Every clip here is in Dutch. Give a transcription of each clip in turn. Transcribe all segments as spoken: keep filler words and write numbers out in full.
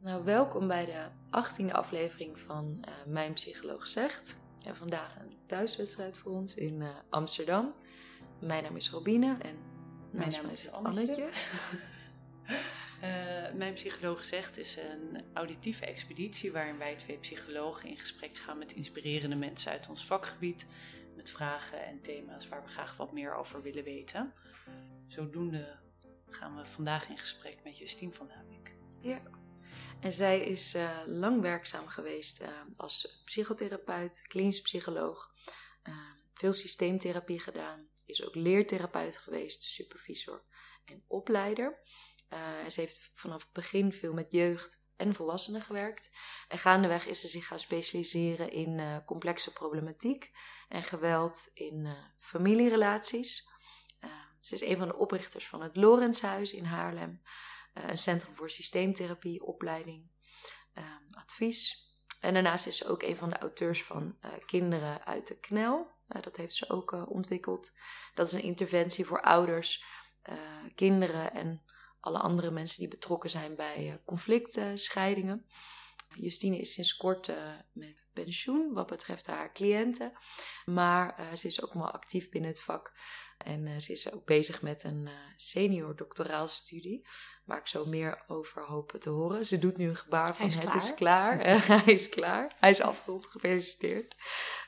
Nou, welkom bij de achttiende aflevering van uh, Mijn Psycholoog Zegt. En vandaag een thuiswedstrijd voor ons in uh, Amsterdam. Mijn naam is Robine en mijn naam is Annetje. Annetje. uh, Mijn Psycholoog Zegt is een auditieve expeditie waarin wij twee psychologen in gesprek gaan met inspirerende mensen uit ons vakgebied. Met vragen en thema's waar we graag wat meer over willen weten. Zodoende gaan we vandaag in gesprek met Justine van Huik. Ja. En zij is uh, lang werkzaam geweest uh, als psychotherapeut, klinisch psycholoog. Uh, veel systeemtherapie gedaan. Is ook leertherapeut geweest, supervisor en opleider. Uh, en ze heeft vanaf het begin veel met jeugd en volwassenen gewerkt. En gaandeweg is ze zich gaan specialiseren in uh, complexe problematiek en geweld in uh, familierelaties. Uh, ze is een van de oprichters van het Lorenzhuis in Haarlem. Uh, een centrum voor systeemtherapie, opleiding, uh, advies. En daarnaast is ze ook een van de auteurs van uh, Kinderen uit de Knel. Uh, dat heeft ze ook uh, ontwikkeld. Dat is een interventie voor ouders, uh, kinderen en alle andere mensen die betrokken zijn bij uh, conflicten, scheidingen. Justine is sinds kort uh, met pensioen wat betreft haar cliënten. Maar uh, ze is ook wel actief binnen het vak. En uh, ze is ook bezig met een uh, senior doctoraal studie, waar ik zo meer over hoop te horen. Ze doet nu een gebaar van is het klaar. is klaar. Hij is klaar. Hij is afgerond. Gefeliciteerd.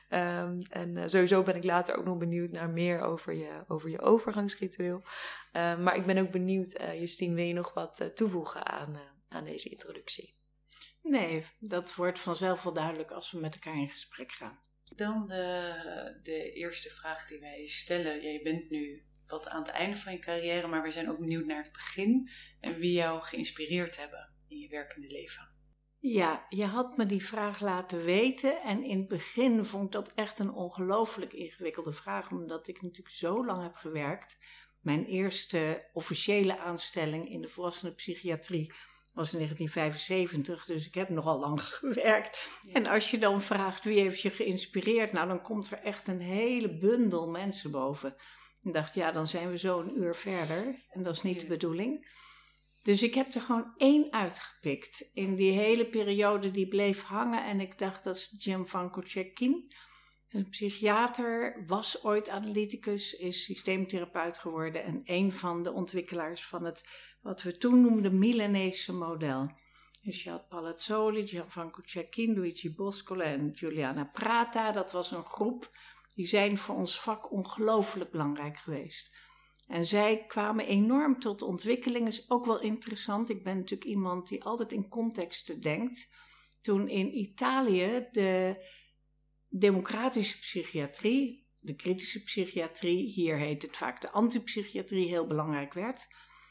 Um, en uh, sowieso ben ik later ook nog benieuwd naar meer over je, over je overgangsritueel. Uh, maar ik ben ook benieuwd, uh, Justine, wil je nog wat uh, toevoegen aan, uh, aan deze introductie? Nee, dat wordt vanzelf wel duidelijk als we met elkaar in gesprek gaan. Dan de, de eerste vraag die wij stellen. Ja, je bent nu wat aan het einde van je carrière, maar we zijn ook benieuwd naar het begin en wie jou geïnspireerd hebben in je werkende leven. Ja, je had me die vraag laten weten en in het begin vond ik dat echt een ongelooflijk ingewikkelde vraag, omdat ik natuurlijk zo lang heb gewerkt. Mijn eerste officiële aanstelling in de volwassenenpsychiatrie was in negentien vijfenzeventig, dus ik heb nogal lang gewerkt. Ja. En als je dan vraagt wie heeft je geïnspireerd, nou dan komt er echt een hele bundel mensen boven. Ik dacht, ja, dan zijn we zo een uur verder en dat is niet ja. de bedoeling. Dus ik heb er gewoon één uitgepikt in die hele periode die bleef hangen en ik dacht, dat is Gianfranco Cecchin. Een psychiater, was ooit analyticus, is systeemtherapeut geworden en een van de ontwikkelaars van het, wat we toen noemden, Milanese model. Dus je had Palazzoli, Gianfranco Cecchin, Luigi Boscolo en Giuliana Prata. Dat was een groep, die zijn voor ons vak ongelooflijk belangrijk geweest. En zij kwamen enorm tot ontwikkeling, is ook wel interessant. Ik ben natuurlijk iemand die altijd in contexten denkt. Toen in Italië de democratische psychiatrie, de kritische psychiatrie, hier heet het vaak de antipsychiatrie, heel belangrijk werd.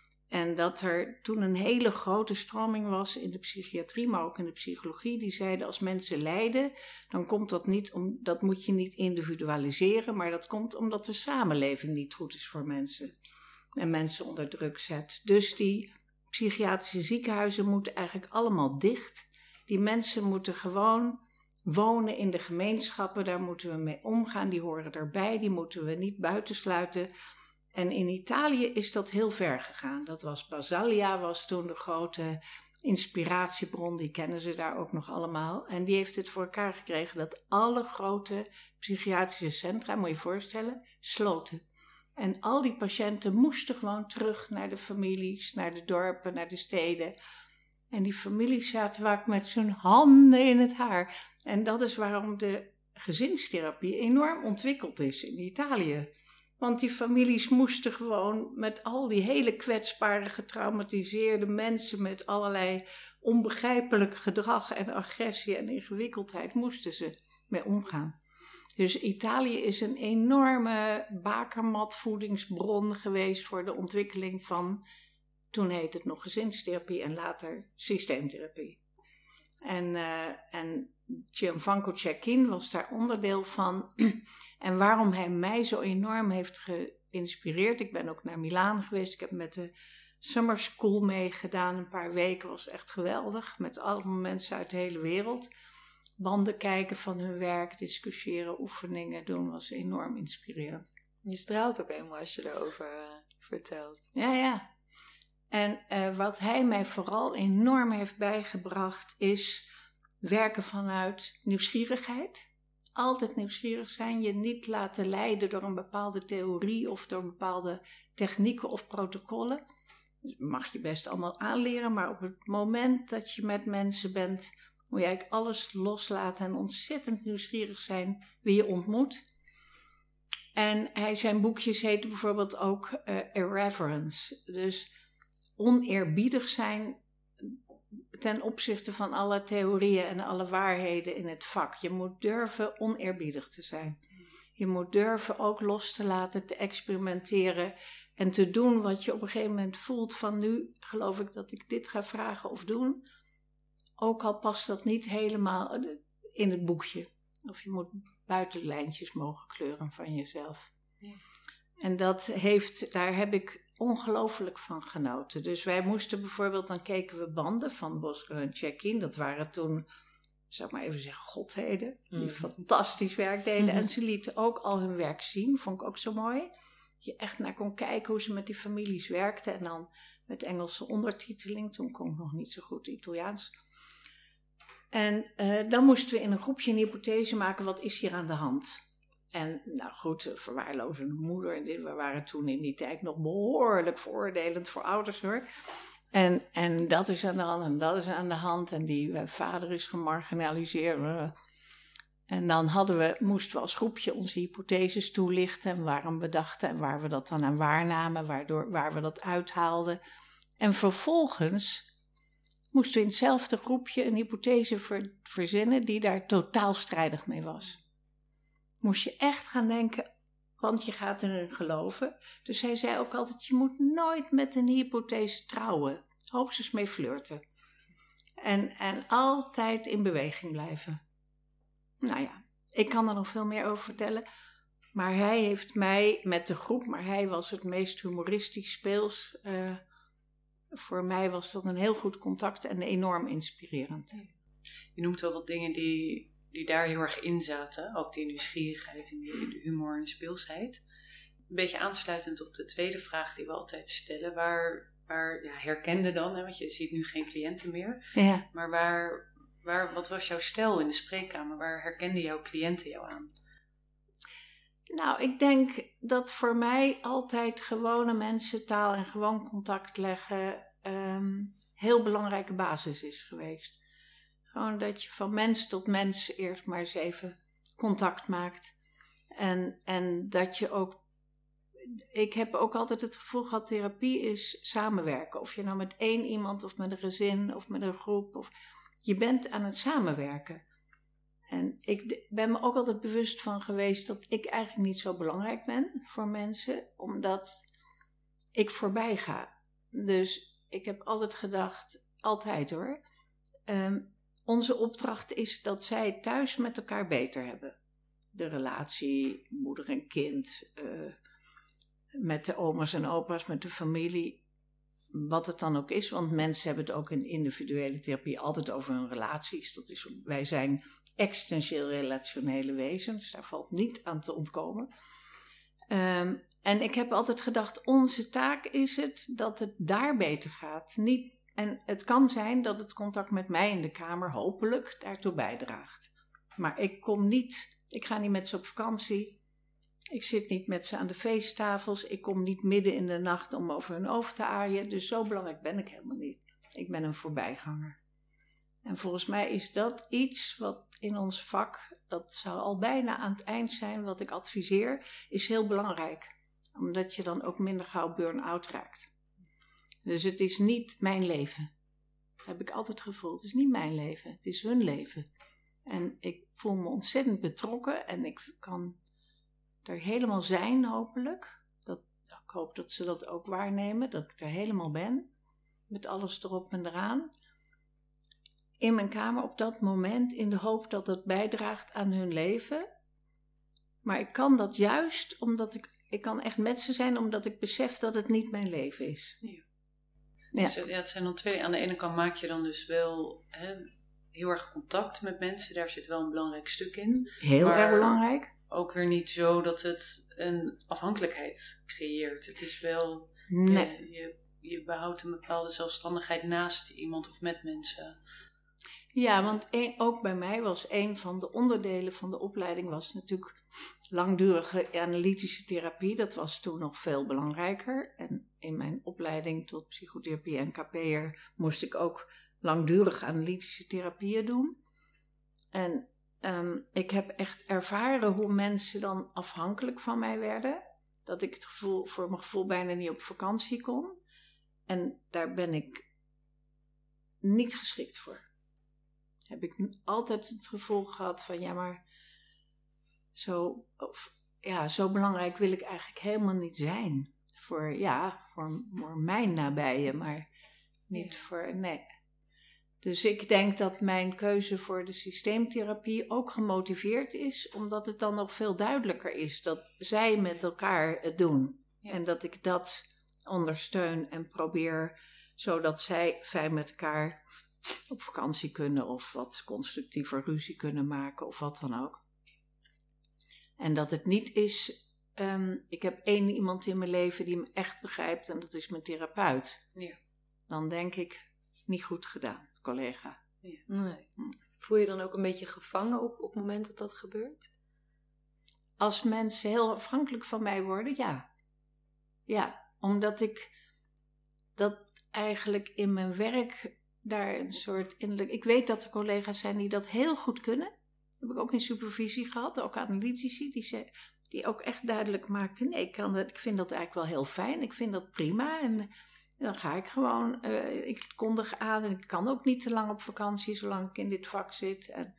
En dat er toen een hele grote stroming was in de psychiatrie, maar ook in de psychologie, die zeiden als mensen lijden, dan komt dat niet, om, dat moet je niet individualiseren, maar dat komt omdat de samenleving niet goed is voor mensen en mensen onder druk zet. Dus die psychiatrische ziekenhuizen moeten eigenlijk allemaal dicht. Die mensen moeten gewoon wonen in de gemeenschappen, daar moeten we mee omgaan, die horen erbij, die moeten we niet buitensluiten. En in Italië is dat heel ver gegaan. Dat was Basaglia, was toen de grote inspiratiebron, die kennen ze daar ook nog allemaal. En die heeft het voor elkaar gekregen dat alle grote psychiatrische centra, moet je je voorstellen, sloten. En al die patiënten moesten gewoon terug naar de families, naar de dorpen, naar de steden. En die families zaten vaak met zijn handen in het haar. En dat is waarom de gezinstherapie enorm ontwikkeld is in Italië. Want die families moesten gewoon met al die hele kwetsbare, getraumatiseerde mensen met allerlei onbegrijpelijk gedrag en agressie en ingewikkeldheid moesten ze mee omgaan. Dus Italië is een enorme bakermatvoedingsbron geweest voor de ontwikkeling van, toen heette het nog gezinstherapie en later systeemtherapie. En, uh, en Gianfranco Cecchin was daar onderdeel van. En waarom hij mij zo enorm heeft geïnspireerd. Ik ben ook naar Milaan geweest. Ik heb met de Summer School meegedaan. Een paar weken was echt geweldig. Met allemaal mensen uit de hele wereld. Banden kijken van hun werk, discussiëren, oefeningen doen. Was enorm inspirerend. Je straalt ook helemaal als je erover uh, vertelt. Ja, ja. En uh, wat hij mij vooral enorm heeft bijgebracht is werken vanuit nieuwsgierigheid. Altijd nieuwsgierig zijn, je niet laten leiden door een bepaalde theorie of door bepaalde technieken of protocollen. Dat mag je best allemaal aanleren, maar op het moment dat je met mensen bent, moet je eigenlijk alles loslaten en ontzettend nieuwsgierig zijn wie je ontmoet. En hij, zijn boekjes heten bijvoorbeeld ook uh, Irreverence, dus oneerbiedig zijn ten opzichte van alle theorieën en alle waarheden in het vak. Je moet durven oneerbiedig te zijn. Je moet durven ook los te laten, te experimenteren en te doen wat je op een gegeven moment voelt van nu geloof ik dat ik dit ga vragen of doen. Ook al past dat niet helemaal in het boekje. Of je moet buitenlijntjes mogen kleuren van jezelf. Ja. En dat heeft, daar heb ik ongelooflijk van genoten. Dus wij moesten bijvoorbeeld, dan keken we banden van Bosco en Check-in. Dat waren toen, zou ik maar even zeggen, godheden. Die mm. fantastisch werk deden. Mm-hmm. En ze lieten ook al hun werk zien. Vond ik ook zo mooi. Dat je echt naar kon kijken hoe ze met die families werkten. En dan met Engelse ondertiteling. Toen kon ik nog niet zo goed Italiaans. En uh, dan moesten we in een groepje een hypothese maken. Wat is hier aan de hand? En nou goed, verwaarlozende moeder. En dit, we waren toen in die tijd nog behoorlijk veroordelend voor ouders hoor. En, en dat is aan de hand en dat is aan de hand. En die uh, vader is gemarginaliseerd. Uh. En dan hadden we, moesten we als groepje onze hypotheses toelichten. En waarom we dachten en waar we dat dan aan waarnamen. Waardoor, waar we dat uithaalden. En vervolgens moesten we in hetzelfde groepje een hypothese ver, verzinnen die daar totaal strijdig mee was. Moest je echt gaan denken, want je gaat erin geloven. Dus hij zei ook altijd, je moet nooit met een hypothese trouwen. Hoogstens mee flirten. En, en altijd in beweging blijven. Nou ja, ik kan er nog veel meer over vertellen. Maar hij heeft mij met de groep, maar hij was het meest humoristisch speels. Uh, voor mij was dat een heel goed contact en enorm inspirerend. Je noemt wel wat dingen die... die daar heel erg in zaten. Ook die nieuwsgierigheid en die, de humor en de speelsheid. Een beetje aansluitend op de tweede vraag die we altijd stellen. Waar, waar ja, herkende dan, hè, want je ziet nu geen cliënten meer. Ja. Maar waar, waar, wat was jouw stijl in de spreekkamer? Waar herkenden jouw cliënten jou aan? Nou, ik denk dat voor mij altijd gewone mensentaal en gewoon contact leggen um, heel belangrijke basis is geweest. Gewoon dat je van mens tot mens eerst maar eens even contact maakt. En, en dat je ook... Ik heb ook altijd het gevoel gehad, therapie is samenwerken. Of je nou met één iemand of met een gezin of met een groep. Of, je bent aan het samenwerken. En ik ben me ook altijd bewust van geweest dat ik eigenlijk niet zo belangrijk ben voor mensen. Omdat ik voorbij ga. Dus ik heb altijd gedacht, altijd hoor... Um, Onze opdracht is dat zij thuis met elkaar beter hebben. De relatie, moeder en kind, uh, met de oma's en opa's, met de familie. Wat het dan ook is, want mensen hebben het ook in individuele therapie altijd over hun relaties. Dat is, wij zijn existentieel relationele wezens, daar valt niet aan te ontkomen. Um, en ik heb altijd gedacht, onze taak is het dat het daar beter gaat. Niet En het kan zijn dat het contact met mij in de kamer hopelijk daartoe bijdraagt. Maar ik kom niet, ik ga niet met ze op vakantie. Ik zit niet met ze aan de feesttafels. Ik kom niet midden in de nacht om over hun hoofd te aaien. Dus zo belangrijk ben ik helemaal niet. Ik ben een voorbijganger. En volgens mij is dat iets wat in ons vak, dat zou al bijna aan het eind zijn, wat ik adviseer, is heel belangrijk. Omdat je dan ook minder gauw burn-out raakt. Dus het is niet mijn leven. Dat heb ik altijd gevoeld. Het is niet mijn leven. Het is hun leven. En ik voel me ontzettend betrokken. En ik kan er helemaal zijn, hopelijk. Dat, ik hoop dat ze dat ook waarnemen. Dat ik er helemaal ben. Met alles erop en eraan. In mijn kamer op dat moment. In de hoop dat het bijdraagt aan hun leven. Maar ik kan dat juist omdat ik... Ik kan echt met ze zijn omdat ik besef dat het niet mijn leven is. Ja. Ja. Dus, ja, het zijn dan twee. Aan de ene kant maak je dan dus wel hè, heel erg contact met mensen. Daar zit wel een belangrijk stuk in. Heel maar erg belangrijk. Ook weer niet zo dat het een afhankelijkheid creëert. Het is wel... Nee. Je, je, je behoudt een bepaalde zelfstandigheid naast iemand of met mensen. Ja, want een, ook bij mij was een van de onderdelen van de opleiding was natuurlijk langdurige analytische therapie. Dat was toen nog veel belangrijker. En in mijn opleiding tot psychotherapie en K P'er moest ik ook langdurige analytische therapieën doen. En um, ik heb echt ervaren hoe mensen dan afhankelijk van mij werden. Dat ik het gevoel, voor mijn gevoel bijna niet op vakantie kon. En daar ben ik niet geschikt voor. Heb ik altijd het gevoel gehad van ja, maar zo, of, ja, zo belangrijk wil ik eigenlijk helemaal niet zijn. Voor, ja, voor, voor mijn nabijen, maar niet ja. voor, nee. Dus ik denk dat mijn keuze voor de systeemtherapie ook gemotiveerd is, omdat het dan nog veel duidelijker is dat zij met elkaar het doen. Ja. En dat ik dat ondersteun en probeer, zodat zij fijn met elkaar op vakantie kunnen of wat constructiever ruzie kunnen maken of wat dan ook. En dat het niet is, um, ik heb één iemand in mijn leven die me echt begrijpt en dat is mijn therapeut. Ja. Dan denk ik, niet goed gedaan, collega. Ja. Nee. Voel je dan ook een beetje gevangen op, op het moment dat dat gebeurt? Als mensen heel afhankelijk van mij worden, ja. Ja, omdat ik dat eigenlijk in mijn werk daar een soort innerlijk... Ik weet dat er collega's zijn die dat heel goed kunnen. Dat heb ik ook in supervisie gehad, ook analytici, die, ze, die ook echt duidelijk maakten, nee, ik, kan dat, ik vind dat eigenlijk wel heel fijn, ik vind dat prima en dan ga ik gewoon, uh, ik kondig aan en ik kan ook niet te lang op vakantie zolang ik in dit vak zit. En,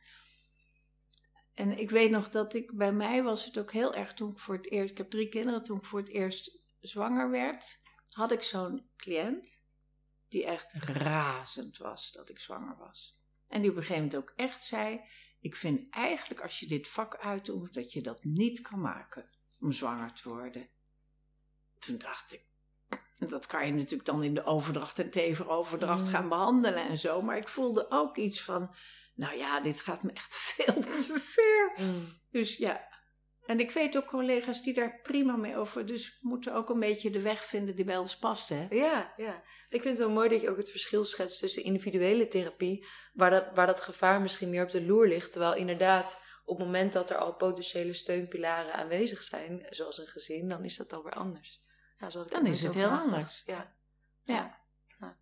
en ik weet nog dat ik, bij mij was het ook heel erg toen ik voor het eerst, ik heb drie kinderen, toen ik voor het eerst zwanger werd, had ik zo'n cliënt die echt razend was dat ik zwanger was. En die op een gegeven moment ook echt zei, ik vind eigenlijk als je dit vak uitdoet, dat je dat niet kan maken om zwanger te worden. Toen dacht ik, dat kan je natuurlijk dan in de overdracht en tegemoverdracht gaan behandelen en zo. Maar ik voelde ook iets van, nou ja, dit gaat me echt veel te ver. Mm. Dus ja, en ik weet ook collega's die daar prima mee over, dus we moeten ook een beetje de weg vinden die bij ons past, hè? Ja, ja. Ik vind het wel mooi dat je ook het verschil schetst tussen individuele therapie, waar dat, waar dat gevaar misschien meer op de loer ligt, terwijl inderdaad op het moment dat er al potentiële steunpilaren aanwezig zijn, zoals een gezin, dan is dat alweer anders. Ja, zo dan is het heel nagedacht. Anders. Ja. Ja. ja. ja.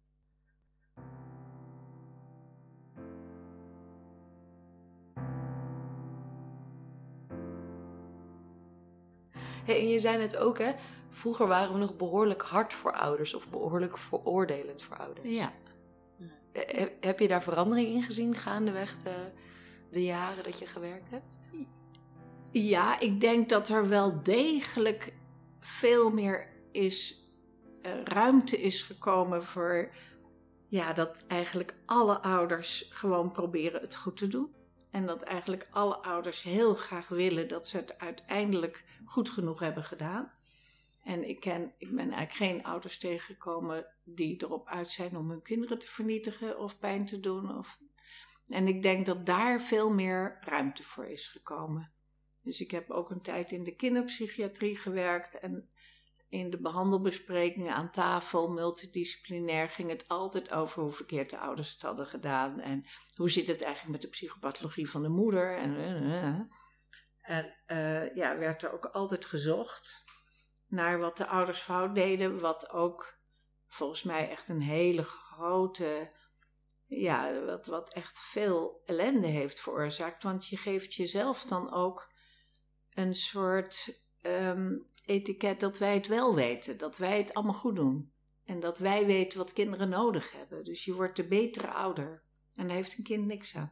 Hey, en je zei net ook, hè, vroeger waren we nog behoorlijk hard voor ouders of behoorlijk veroordelend voor ouders. Ja. He, heb je daar verandering in gezien gaandeweg de, de jaren dat je gewerkt hebt? Ja, ik denk dat er wel degelijk veel meer is, uh, ruimte is gekomen voor, ja, dat eigenlijk alle ouders gewoon proberen het goed te doen. En dat eigenlijk alle ouders heel graag willen dat ze het uiteindelijk goed genoeg hebben gedaan. En ik, ken, ik ben eigenlijk geen ouders tegengekomen die erop uit zijn om hun kinderen te vernietigen of pijn te doen. Of... En ik denk dat daar veel meer ruimte voor is gekomen. Dus ik heb ook een tijd in de kinderpsychiatrie gewerkt en in de behandelbesprekingen aan tafel, multidisciplinair, ging het altijd over hoe verkeerd de ouders het hadden gedaan. En hoe zit het eigenlijk met de psychopathologie van de moeder. En, en uh, ja, werd er ook altijd gezocht naar wat de ouders fout deden. Wat ook volgens mij echt een hele grote, ja, wat, wat echt veel ellende heeft veroorzaakt. Want je geeft jezelf dan ook een soort Um, etiket dat wij het wel weten, dat wij het allemaal goed doen en dat wij weten wat kinderen nodig hebben. Dus je wordt de betere ouder en daar heeft een kind niks aan.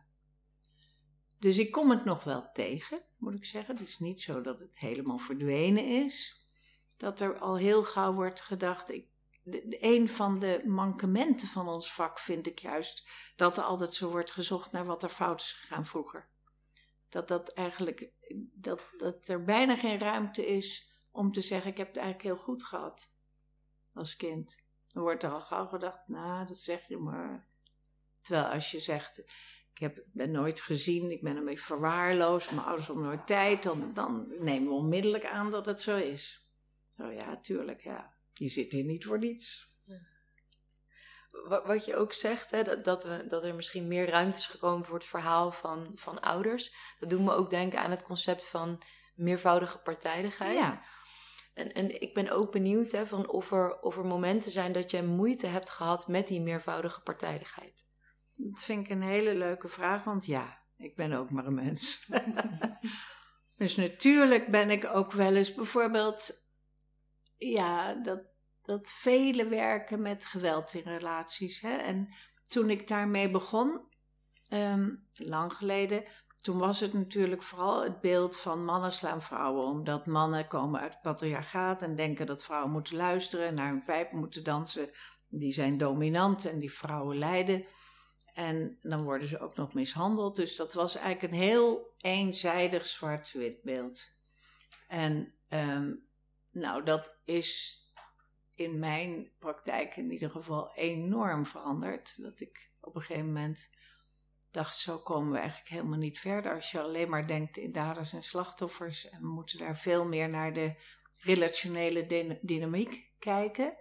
Dus ik kom het nog wel tegen, moet ik zeggen. Het is niet zo dat het helemaal verdwenen is, dat er al heel gauw wordt gedacht, ik, de, de, een van de mankementen van ons vak vind ik juist dat er altijd zo wordt gezocht naar wat er fout is gegaan vroeger. Dat dat eigenlijk, dat, dat er bijna geen ruimte is om te zeggen, ik heb het eigenlijk heel goed gehad als kind. Dan wordt er al gauw gedacht, nou, dat zeg je maar. Terwijl als je zegt, ik heb, ben nooit gezien, ik ben ermee verwaarloosd, mijn ouders hebben nooit tijd, dan, dan nemen we onmiddellijk aan dat het zo is. Oh ja, tuurlijk, ja. Je zit hier niet voor niets. wat je ook zegt, hè, dat, dat, we, dat er misschien meer ruimte is gekomen voor het verhaal van, van ouders. Dat doet me ook denken aan het concept van meervoudige partijdigheid. Ja. En, en ik ben ook benieuwd hè, van of, er, of er momenten zijn dat je moeite hebt gehad met die meervoudige partijdigheid. Dat vind ik een hele leuke vraag, want ja, ik ben ook maar een mens. Dus natuurlijk ben ik ook wel eens bijvoorbeeld, ja, dat, dat vele werken met geweld in relaties. Hè? En toen ik daarmee begon, um, lang geleden, toen was het natuurlijk vooral het beeld van mannen slaan vrouwen. Omdat mannen komen uit het patriarchaat en denken dat vrouwen moeten luisteren en naar hun pijp moeten dansen. Die zijn dominant en die vrouwen lijden. En dan worden ze ook nog mishandeld. Dus dat was eigenlijk een heel eenzijdig zwart-wit beeld. En um, nou, dat is in mijn praktijk in ieder geval enorm veranderd. Dat ik op een gegeven moment dacht, zo komen we eigenlijk helemaal niet verder. Als je alleen maar denkt in daders en slachtoffers. En we moeten daar veel meer naar de relationele dyna- dynamiek kijken.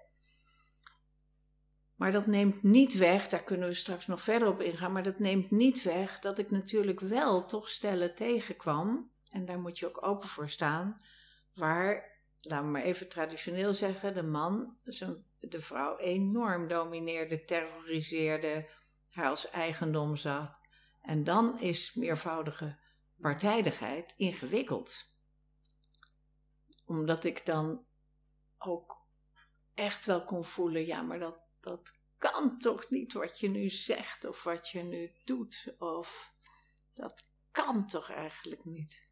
Maar dat neemt niet weg, daar kunnen we straks nog verder op ingaan, maar dat neemt niet weg dat ik natuurlijk wel toch stellen tegenkwam, en daar moet je ook open voor staan, waar, laten we maar even traditioneel zeggen, de man de vrouw enorm domineerde, terroriseerde, haar als eigendom zag. En dan is meervoudige partijdigheid ingewikkeld. Omdat ik dan ook echt wel kon voelen, ja, maar dat Dat kan toch niet wat je nu zegt of wat je nu doet. Of dat kan toch eigenlijk niet.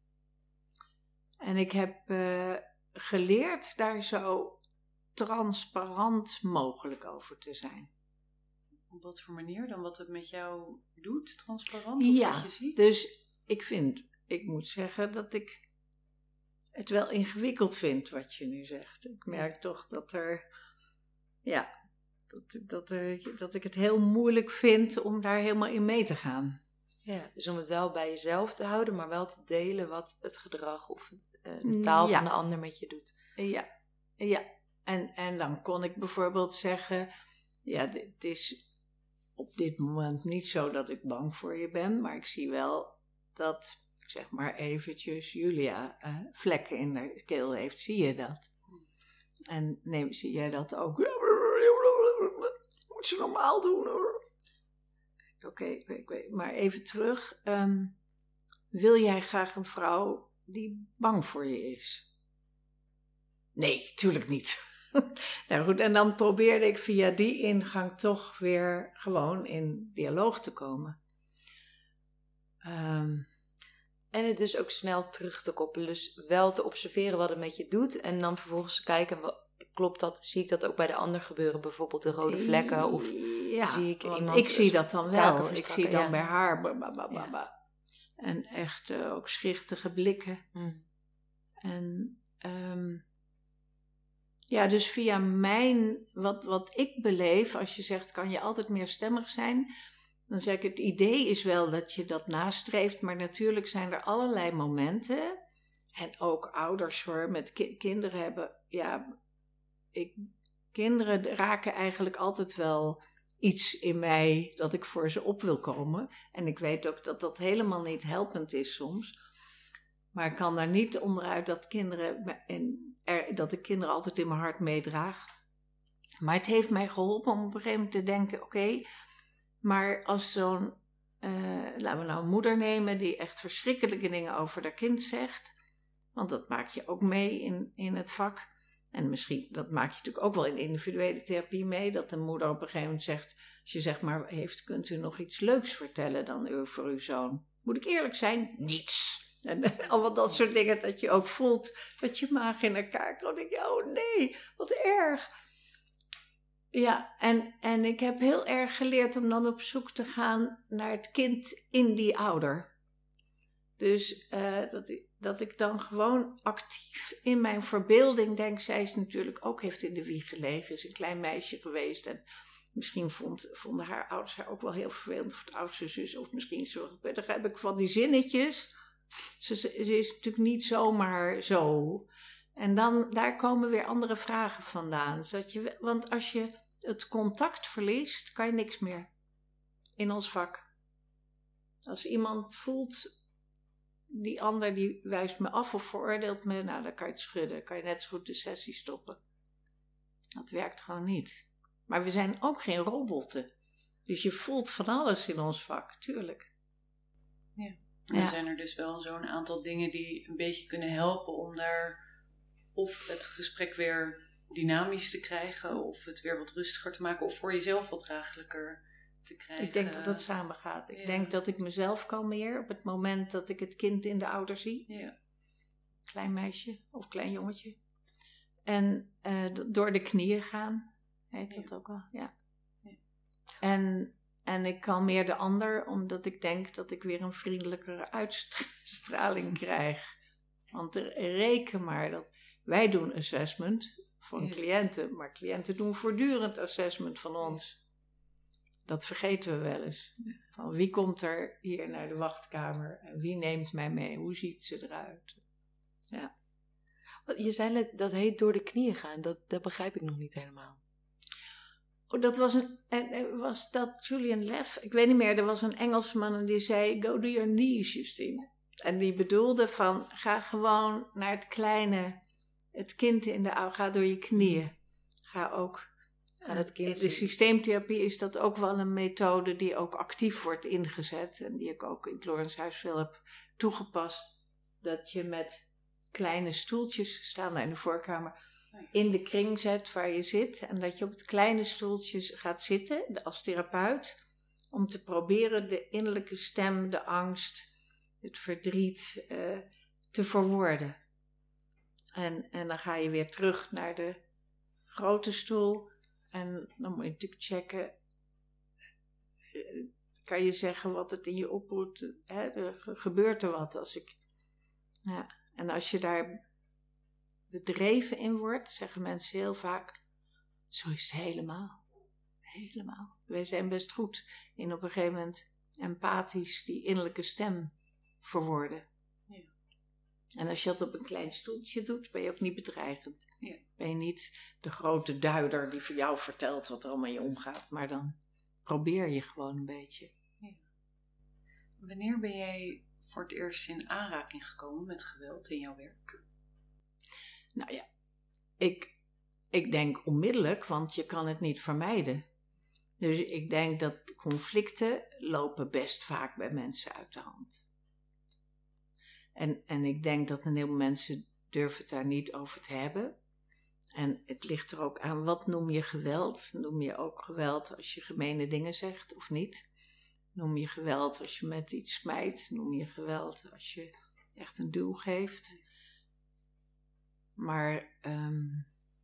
En ik heb uh, geleerd daar zo transparant mogelijk over te zijn. Op wat voor manier dan? Wat het met jou doet, transparant? Of Ja, wat je ziet? dus ik vind, ik moet zeggen dat ik het wel ingewikkeld vind wat je nu zegt. Ik merk toch dat er, ja... Dat, dat, er, dat ik het heel moeilijk vind om daar helemaal in mee te gaan. Ja, dus om het wel bij jezelf te houden, maar wel te delen wat het gedrag of uh, de taal ja. van de ander met je doet. Ja, ja. En, en dan kon ik bijvoorbeeld zeggen, ja, het is op dit moment niet zo dat ik bang voor je ben, maar ik zie wel dat, zeg maar eventjes, Julia uh, vlekken in haar keel heeft. Zie je dat? En neem, zie jij dat ook? Moet ze normaal doen hoor. Oké, okay, ik weet, ik weet. Maar even terug. Um, wil jij graag een vrouw die bang voor je is? Nee, tuurlijk niet. Nou goed, en dan probeerde ik via die ingang toch weer gewoon in dialoog te komen. Um, en het dus ook snel terug te koppelen. Dus wel te observeren wat het met je doet. En dan vervolgens te kijken, wat, klopt dat? Zie ik dat ook bij de ander gebeuren? Bijvoorbeeld de rode vlekken? Of ja, zie ik iemand... ik zie dat dan wel. Ik zie dan ja. bij haar. Babababa. Ja. En echt uh, ook schichtige blikken. Hmm. En um, ja, dus via mijn... Wat, wat ik beleef, als je zegt, kan je altijd meerstemmig zijn... Dan zeg ik, het idee is wel dat je dat nastreeft, maar natuurlijk zijn er allerlei momenten. En ook ouders hoor, met ki- kinderen hebben, ja, ik, kinderen raken eigenlijk altijd wel iets in mij dat ik voor ze op wil komen. En ik weet ook dat dat helemaal niet helpend is soms. Maar ik kan daar niet onderuit dat kinderen, en er, dat ik kinderen altijd in mijn hart meedraag. Maar het heeft mij geholpen om op een gegeven moment te denken, oké, okay, maar als zo'n, uh, laten we nou een moeder nemen die echt verschrikkelijke dingen over haar kind zegt. Want dat maak je ook mee in, in het vak. En misschien, dat maak je natuurlijk ook wel in individuele therapie mee. Dat de moeder op een gegeven moment zegt, als je zeg maar heeft, kunt u nog iets leuks vertellen dan u voor uw zoon? Moet ik eerlijk zijn? Niets. En al wat dat soort dingen dat je ook voelt dat je maag in elkaar kan. Dan denk je, oh nee, wat erg. Ja, en, en ik heb heel erg geleerd om dan op zoek te gaan naar het kind in die ouder. Dus uh, dat, ik, dat ik dan gewoon actief in mijn verbeelding denk, zij is natuurlijk ook, heeft in de wieg gelegen, is een klein meisje geweest. En misschien vond, vonden haar ouders haar ook wel heel vervelend, of de oudste zus, of misschien zorg. Dan heb ik van die zinnetjes. Ze, ze is natuurlijk niet zomaar zo. En dan, daar komen weer andere vragen vandaan. Zodat je, want als je het contact verliest, kan je niks meer in ons vak. Als iemand voelt, die ander die wijst me af of veroordeelt me, nou dan kan je het schudden. Kan je net zo goed de sessie stoppen. Dat werkt gewoon niet. Maar we zijn ook geen robotten. Dus je voelt van alles in ons vak, tuurlijk. Ja. Dan ja. zijn er dus wel zo'n aantal dingen die een beetje kunnen helpen om daar of het gesprek weer dynamisch te krijgen, of het weer wat rustiger te maken, of voor jezelf wat draaglijker te krijgen. Ik denk dat dat samen gaat. Ik ja. denk dat ik mezelf kalmeer op het moment dat ik het kind in de ouder zie. Ja. Klein meisje of klein jongetje. En uh, door de knieën gaan, heet dat ja. ook wel. Ja. ja. En, en ik kalmeer de ander, omdat ik denk dat ik weer een vriendelijkere uitstraling krijg. Want reken maar dat wij doen assessment van ja. cliënten, maar cliënten doen voortdurend assessment van ons. Dat vergeten we wel eens. Van wie komt er hier naar de wachtkamer en wie neemt mij mee? Hoe ziet ze eruit? Ja. Je zei net, dat heet door de knieën gaan. Dat, dat begrijp ik nog niet helemaal. Oh, dat was een, was dat Julian Leff? Ik weet niet meer, er was een Engelsman en die zei, go to your knees, Justine. En die bedoelde van, ga gewoon naar het kleine, het kind in de oude, ga door je knieën. Ga ook, ga dat kind in de zien. systeemtherapie is dat ook wel een methode die ook actief wordt ingezet. En die ik ook in Florence Huisveel heb toegepast. Dat je met kleine stoeltjes, staan daar in de voorkamer, in de kring zet waar je zit. En dat je op het kleine stoeltje gaat zitten, als therapeut. Om te proberen de innerlijke stem, de angst, het verdriet uh, te verwoorden. En, en dan ga je weer terug naar de grote stoel. En dan moet je natuurlijk checken. Uh, kan je zeggen wat het in je oproept. Hè? Er gebeurt er wat als ik... Ja. En als je daar bedreven in wordt, zeggen mensen heel vaak, zo is het helemaal. Helemaal. Wij zijn best goed in op een gegeven moment empathisch die innerlijke stem verwoorden. Ja. En als je dat op een klein stoeltje doet, ben je ook niet bedreigend. Ja. Ben je niet de grote duider die voor jou vertelt wat er allemaal in je omgaat, maar dan probeer je gewoon een beetje. Ja. Wanneer ben jij voor het eerst in aanraking gekomen met geweld in jouw werk? Nou ja, ik, ik denk onmiddellijk, want je kan het niet vermijden. Dus ik denk dat conflicten lopen best vaak bij mensen uit de hand. En, en ik denk dat een heleboel mensen durven het daar niet over te hebben. En het ligt er ook aan, wat noem je geweld? Noem je ook geweld als je gemene dingen zegt of niet? Noem je geweld als je met iets smijt? Noem je geweld als je echt een duw geeft? Maar um,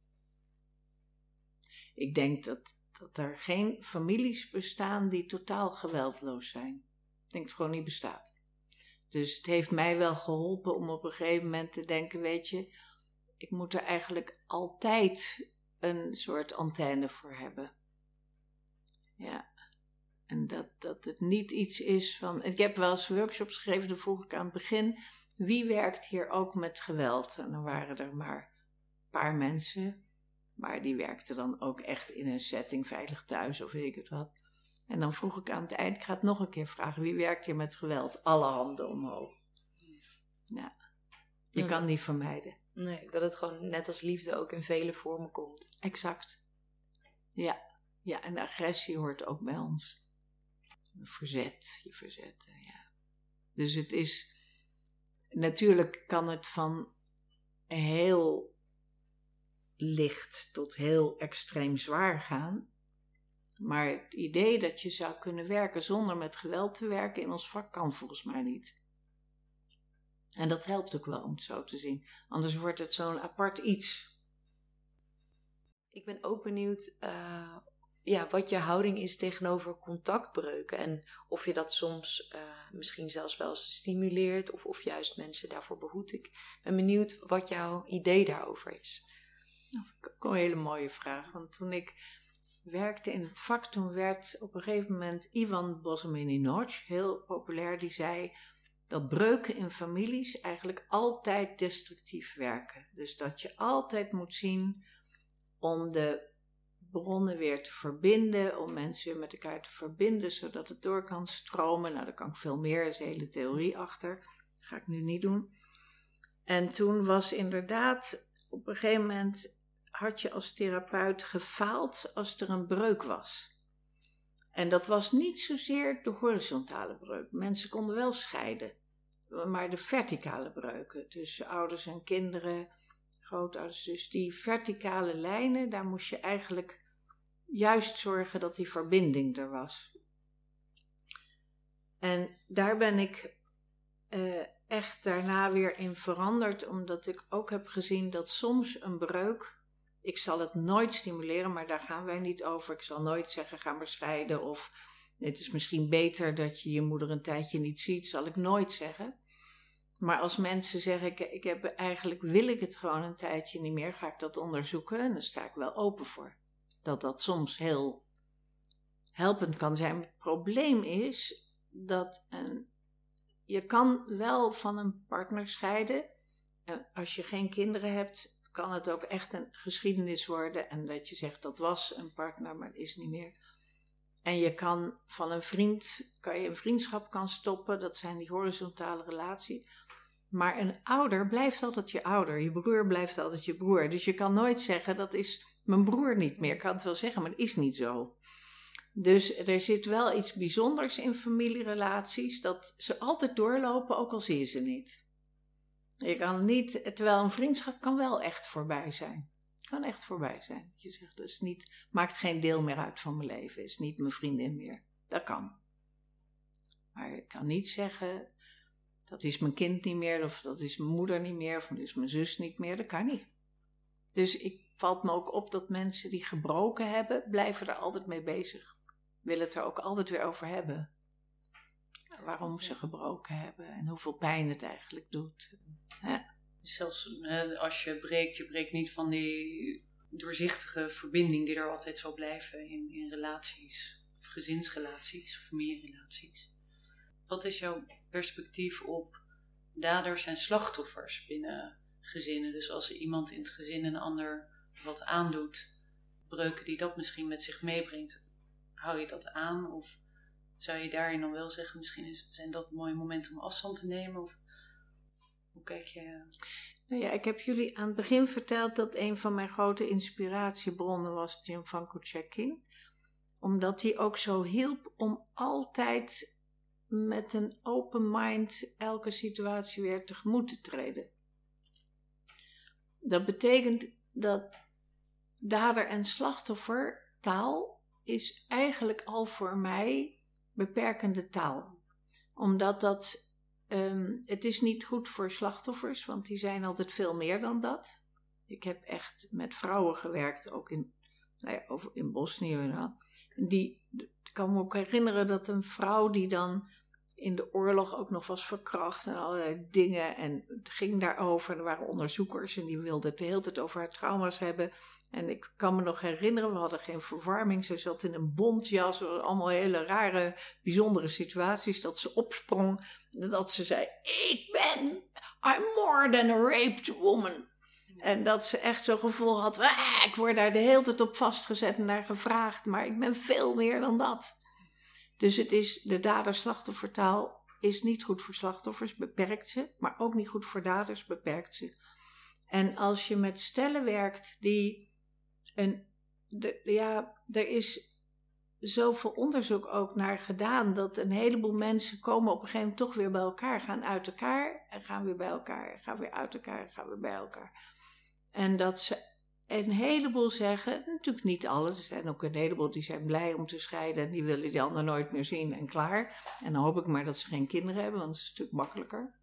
ik denk dat, dat er geen families bestaan die totaal geweldloos zijn. Ik denk dat het gewoon niet bestaat. Dus het heeft mij wel geholpen om op een gegeven moment te denken, weet je, ik moet er eigenlijk altijd een soort antenne voor hebben. Ja. En dat, dat het niet iets is van... Ik heb wel eens workshops gegeven, dan vroeg ik aan het begin, wie werkt hier ook met geweld? En dan waren er maar een paar mensen, maar die werkten dan ook echt in een setting, veilig thuis of weet ik het wat. En dan vroeg ik aan het eind, ik ga het nog een keer vragen, wie werkt hier met geweld? Alle handen omhoog. Ja, je ja, kan het niet vermijden. Nee, dat het gewoon net als liefde ook in vele vormen komt. Exact. Ja, ja, en de agressie hoort ook bij ons. Verzet, je verzetten, ja. Dus het is... Natuurlijk kan het van heel licht tot heel extreem zwaar gaan. Maar het idee dat je zou kunnen werken zonder met geweld te werken in ons vak kan volgens mij niet. En dat helpt ook wel om het zo te zien. Anders wordt het zo'n apart iets. Ik ben ook benieuwd uh, ja, wat je houding is tegenover contactbreuken. En of je dat soms uh, misschien zelfs wel eens stimuleert. Of, of juist mensen daarvoor behoedt. Ik ben benieuwd wat jouw idee daarover is. Nou, vind ik ook een hele mooie vraag. Want toen ik werkte in het vak, toen werd op een gegeven moment Ivan Bosomini-Notch, heel populair, die zei dat breuken in families eigenlijk altijd destructief werken. Dus dat je altijd moet zien om de bronnen weer te verbinden, om mensen weer met elkaar te verbinden, zodat het door kan stromen. Nou, daar kan ik veel meer, er is een hele theorie achter. Dat ga ik nu niet doen. En toen was inderdaad, op een gegeven moment had je als therapeut gefaald als er een breuk was. En dat was niet zozeer de horizontale breuk. Mensen konden wel scheiden, maar de verticale breuken tussen ouders en kinderen, grootouders, dus die verticale lijnen, daar moest je eigenlijk juist zorgen dat die verbinding er was. En daar ben ik uh, echt daarna weer in veranderd, omdat ik ook heb gezien dat soms een breuk, ik zal het nooit stimuleren, maar daar gaan wij niet over. Ik zal nooit zeggen, ga maar scheiden, of het is misschien beter dat je je moeder een tijdje niet ziet, zal ik nooit zeggen. Maar als mensen zeggen, ik, ik heb, eigenlijk wil ik het gewoon een tijdje niet meer, ga ik dat onderzoeken en dan sta ik wel open voor. Dat dat soms heel helpend kan zijn. Het probleem is dat een, je kan wel van een partner scheiden. En als je geen kinderen hebt, kan het ook echt een geschiedenis worden. En dat je zegt, dat was een partner, maar het is niet meer. En je kan van een vriend, kan je een vriendschap kan stoppen. Dat zijn die horizontale relaties. Maar een ouder blijft altijd je ouder. Je broer blijft altijd je broer. Dus je kan nooit zeggen, dat is mijn broer niet meer. Ik kan het wel zeggen, maar het is niet zo. Dus er zit wel iets bijzonders in familierelaties. Dat ze altijd doorlopen, ook al zie je ze niet. Je kan niet, terwijl een vriendschap kan wel echt voorbij zijn. Kan echt voorbij zijn. Je zegt, dat is niet, maakt geen deel meer uit van mijn leven. Is niet mijn vriendin meer. Dat kan. Maar ik kan niet zeggen, dat is mijn kind niet meer, of dat is mijn moeder niet meer, of dat is mijn zus niet meer. Dat kan niet. Dus ik valt me ook op dat mensen die gebroken hebben, blijven er altijd mee bezig. Willen het er ook altijd weer over hebben. Waarom ze gebroken hebben en hoeveel pijn het eigenlijk doet. Ja. Zelfs eh, als je breekt, je breekt niet van die doorzichtige verbinding die er altijd zal blijven in, in relaties, of gezinsrelaties, of familierelaties. Wat is jouw perspectief op daders en slachtoffers binnen gezinnen? Dus als iemand in het gezin een ander wat aandoet, breuken die dat misschien met zich meebrengt, hou je dat aan? Of zou je daarin dan wel zeggen, misschien is, zijn dat mooie momenten om afstand te nemen? Of hoe kijk je? Nou ja, ik heb jullie aan het begin verteld dat een van mijn grote inspiratiebronnen was Jim van Kutchakin. Omdat hij ook zo hielp om altijd met een open mind elke situatie weer tegemoet te treden. Dat betekent dat dader en slachtoffer taal is eigenlijk al voor mij beperkende taal. Omdat dat, um, het is niet goed voor slachtoffers, want die zijn altijd veel meer dan dat. Ik heb echt met vrouwen gewerkt, ook in, nou ja, over in Bosnië. Nou. Die, ik kan me ook herinneren dat een vrouw die dan in de oorlog ook nog was verkracht en allerlei dingen. En het ging daarover, er waren onderzoekers en die wilden het de hele tijd over haar trauma's hebben. En ik kan me nog herinneren, we hadden geen verwarming. Ze zat in een bontjas, allemaal hele rare, bijzondere situaties. Dat ze opsprong, dat ze zei, ik ben, I'm more than a raped woman. En dat ze echt zo'n gevoel had, ah, ik word daar de hele tijd op vastgezet en daar gevraagd. Maar ik ben veel meer dan dat. Dus het is, de dader-slachtoffertaal is niet goed voor slachtoffers, beperkt ze. Maar ook niet goed voor daders, beperkt ze. En als je met stellen werkt die... En de, ja, er is zoveel onderzoek ook naar gedaan dat een heleboel mensen komen op een gegeven moment toch weer bij elkaar, gaan uit elkaar en gaan weer bij elkaar, gaan weer uit elkaar en gaan weer bij elkaar. En dat ze een heleboel zeggen, natuurlijk niet alle, er zijn ook een heleboel die zijn blij om te scheiden en die willen die ander nooit meer zien en klaar. En dan hoop ik maar dat ze geen kinderen hebben, want dat is natuurlijk makkelijker.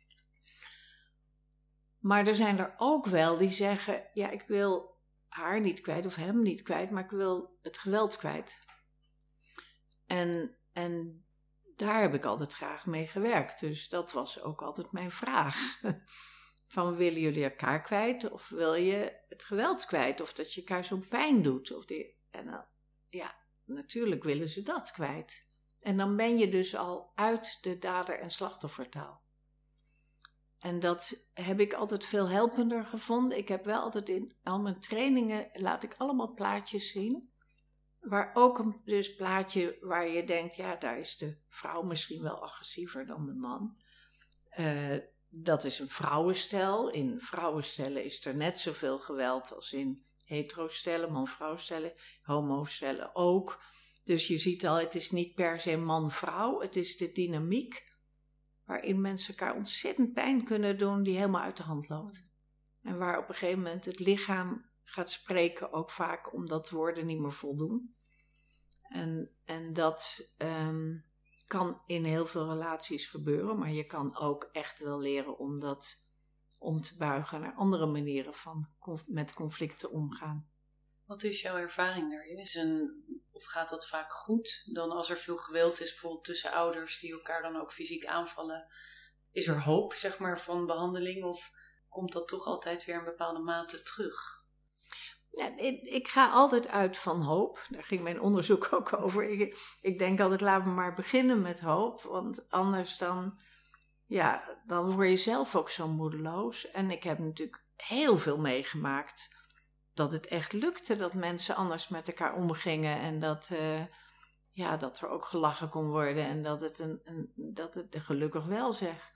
Maar er zijn er ook wel die zeggen, ja, ik wil haar niet kwijt of hem niet kwijt, maar ik wil het geweld kwijt. En, en daar heb ik altijd graag mee gewerkt. Dus dat was ook altijd mijn vraag. Van, willen jullie elkaar kwijt of wil je het geweld kwijt? Of dat je elkaar zo'n pijn doet? Of die, en dan, ja, natuurlijk willen ze dat kwijt. En dan ben je dus al uit de dader- en slachtoffertaal. En dat heb ik altijd veel helpender gevonden. Ik heb wel altijd in al mijn trainingen, laat ik allemaal plaatjes zien. Waar ook een dus plaatje waar je denkt, ja, daar is de vrouw misschien wel agressiever dan de man. Uh, dat is een vrouwenstijl. In vrouwenstellen is er net zoveel geweld als in hetero-stellen, man-vrouw-stellen, homo-stellen ook. Dus je ziet al, het is niet per se man-vrouw, het is de dynamiek waarin mensen elkaar ontzettend pijn kunnen doen die helemaal uit de hand loopt. En waar op een gegeven moment het lichaam gaat spreken, ook vaak omdat woorden niet meer voldoen. En, en dat um, kan in heel veel relaties gebeuren, maar je kan ook echt wel leren om dat om te buigen naar andere manieren van met conflicten omgaan. Wat is jouw ervaring daarin? Is een, of gaat dat vaak goed? Dan als er veel geweld is, bijvoorbeeld tussen ouders die elkaar dan ook fysiek aanvallen, is er hoop, zeg maar, van behandeling? Of komt dat toch altijd weer in bepaalde mate terug? Ja, ik, ik ga altijd uit van hoop. Daar ging mijn onderzoek ook over. Ik, ik denk altijd, laat me maar beginnen met hoop. Want anders dan, ja, dan word je zelf ook zo moedeloos. En ik heb natuurlijk heel veel meegemaakt dat het echt lukte, dat mensen anders met elkaar omgingen. En dat, uh, ja, dat er ook gelachen kon worden. En dat het, een, een, dat het gelukkig wel zeg.